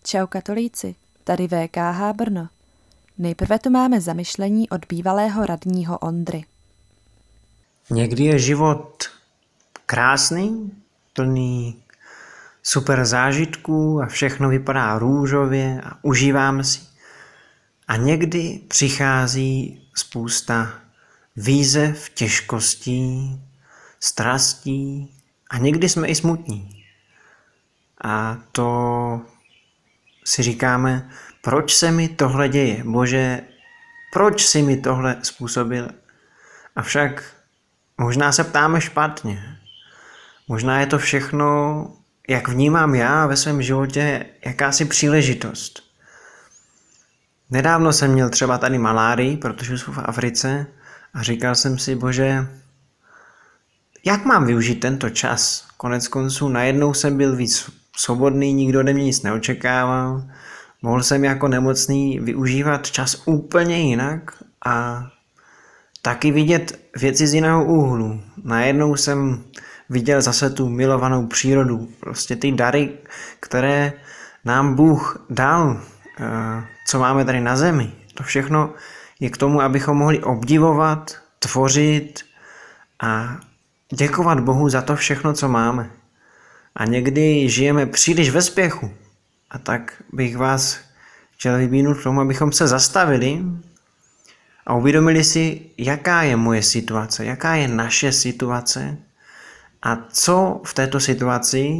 Čau katolíci, tady VKH Brno. Nejprve tu máme zamyšlení od bývalého radního Ondry. Někdy je život krásný, plný super zážitků a všechno vypadá růžově a užíváme si. A někdy přichází spousta výzev, těžkostí, strastí a někdy jsme i smutní. A to si říkáme, proč se mi tohle děje? Bože, proč si mi tohle způsobil? Avšak možná se ptáme špatně. Možná je to všechno, jak vnímám já ve svém životě, jakási příležitost. Nedávno jsem měl třeba tady malárii, protože jsem v Africe a říkal jsem si, Bože, jak mám využít tento čas? Konec konců najednou jsem byl víc svobodný, nikdo ode mě nic neočekával. Mohl jsem jako nemocný využívat čas úplně jinak a taky vidět věci z jiného úhlu. Najednou jsem viděl zase tu milovanou přírodu, prostě ty dary, které nám Bůh dal, co máme tady na zemi. To všechno je k tomu, abychom mohli obdivovat, tvořit a děkovat Bohu za to všechno, co máme. A někdy žijeme příliš ve spěchu. A tak bych vás chtěl vybídnout k tomu, abychom se zastavili a uvědomili si, jaká je moje situace, jaká je naše situace a co v této situaci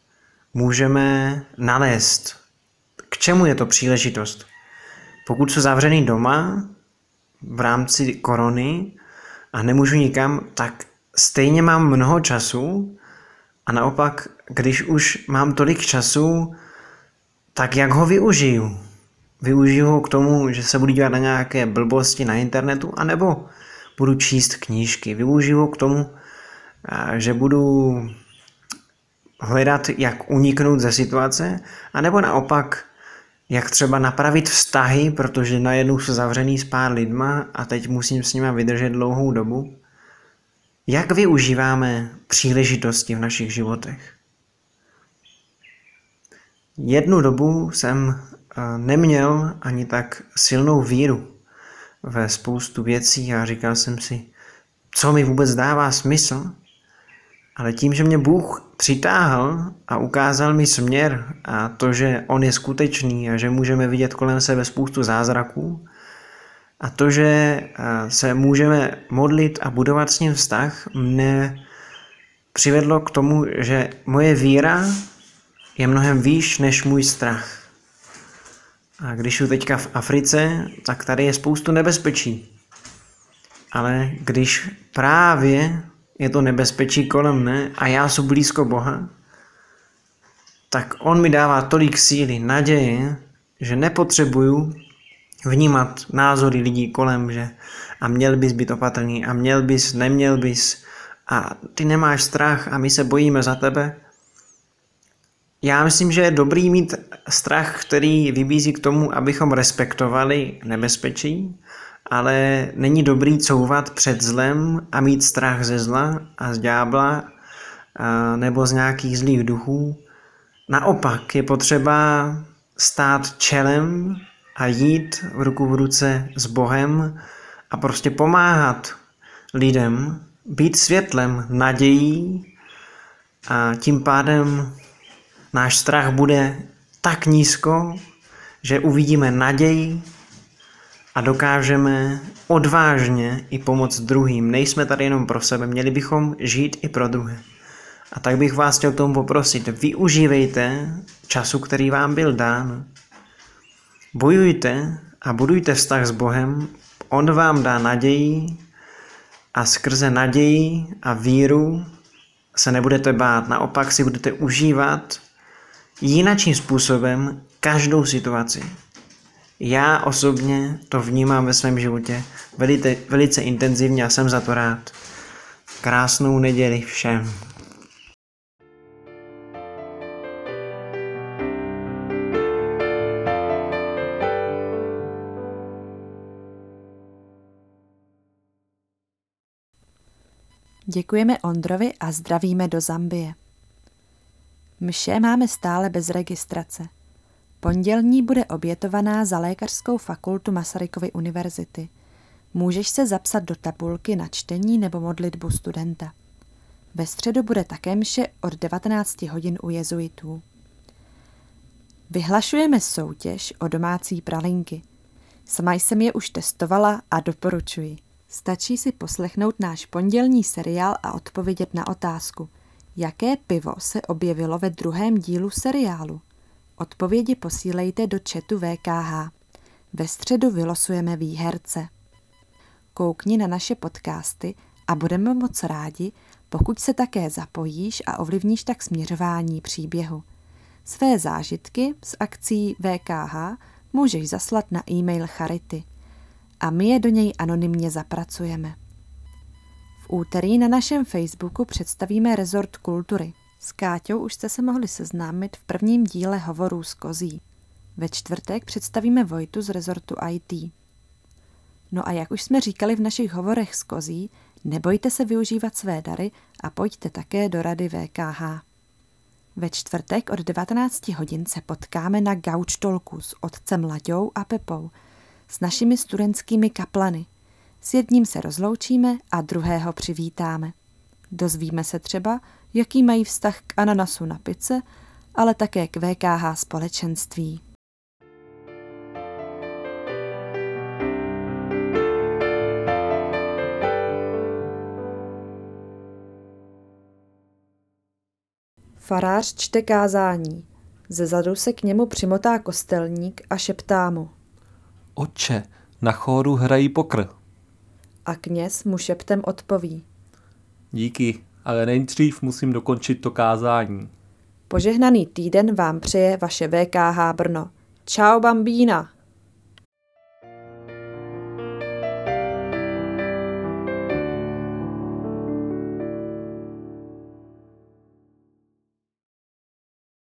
můžeme nalézt. K čemu je to příležitost? Pokud jsem zavřený doma v rámci korony a nemůžu nikam, tak stejně mám mnoho času a naopak, když už mám tolik času, tak jak ho využiju? Využiju ho k tomu, že se budu dívat na nějaké blbosti na internetu, anebo budu číst knížky. Využiju ho k tomu, že budu hledat, jak uniknout ze situace, anebo naopak, jak třeba napravit vztahy, protože najednou jsem zavřený s pár lidma a teď musím s nima vydržet dlouhou dobu. Jak využíváme příležitosti v našich životech? Jednu dobu jsem neměl ani tak silnou víru ve spoustu věcí a říkal jsem si, co mi vůbec dává smysl, ale tím, že mě Bůh přitáhl a ukázal mi směr a to, že On je skutečný a že můžeme vidět kolem sebe spoustu zázraků a to, že se můžeme modlit a budovat s ním vztah, mne přivedlo k tomu, že moje víra je mnohem výš než můj strach. A když jsem teďka v Africe, tak tady je spoustu nebezpečí. Ale když právě je to nebezpečí kolem mne a já jsem blízko Boha, tak On mi dává tolik síly, naděje, že nepotřebuju vnímat názory lidí kolem, že a měl bys být opatrný a měl bys, neměl bys a ty nemáš strach a my se bojíme za tebe. Já myslím, že je dobrý mít strach, který vybízí k tomu, abychom respektovali nebezpečí, ale není dobrý couvat před zlem a mít strach ze zla a z ďábla nebo z nějakých zlých duchů. Naopak je potřeba stát čelem a jít v ruku v ruce s Bohem a prostě pomáhat lidem, být světlem, nadějí a tím pádem náš strach bude tak nízko, že uvidíme naději a dokážeme odvážně i pomoct druhým. Nejsme tady jenom pro sebe, měli bychom žít i pro druhé. A tak bych vás chtěl k tomu poprosit, využívejte času, který vám byl dán. Bojujte a budujte vztah s Bohem, On vám dá naději a skrze naději a víru se nebudete bát, naopak si budete užívat jinakým způsobem každou situaci. Já osobně to vnímám ve svém životě velice intenzivně a jsem za to rád. Krásnou neděli všem. Děkujeme Ondrovi a zdravíme do Zambie. Mše máme stále bez registrace. Pondělní bude obětovaná za Lékařskou fakultu Masarykovy univerzity. Můžeš se zapsat do tabulky na čtení nebo modlitbu studenta. Ve středu bude také mše od 19 hodin u jezuitů. Vyhlašujeme soutěž o domácí pralinky. Sama jsem je už testovala a doporučuji. Stačí si poslechnout náš pondělní seriál a odpovědět na otázku, jaké pivo se objevilo ve druhém dílu seriálu. Odpovědi posílejte do chatu VKH. Ve středu vylosujeme výherce. Koukni na naše podcasty a budeme moc rádi, pokud se také zapojíš a ovlivníš tak směřování příběhu. Své zážitky z akcí VKH můžeš zaslat na e-mail Charity a my je do něj anonymně zapracujeme. V úterý na našem Facebooku představíme rezort kultury. S Káťou už jste se mohli seznámit v prvním díle Hovorů z Kozí. Ve čtvrtek představíme Vojtu z rezortu IT. No a jak už jsme říkali v našich hovorech z Kozí, nebojte se využívat své dary a pojďte také do rady VKH. Ve čtvrtek od 19 hodin se potkáme na Gauč Talku s otcem Laďou a Pepou, s našimi studentskými kaplany. S jedním se rozloučíme a druhého přivítáme. Dozvíme se třeba, jaký mají vztah k ananasu na pice, ale také k VKH společenství. Farář čte kázání. Zezadu se k němu přimotá kostelník a šeptá mu: Otče, na chóru hrají pokr. A kněz mu šeptem odpoví: Díky, ale nejdřív musím dokončit to kázání. Požehnaný týden vám přeje vaše VKH Brno. Čau bambína!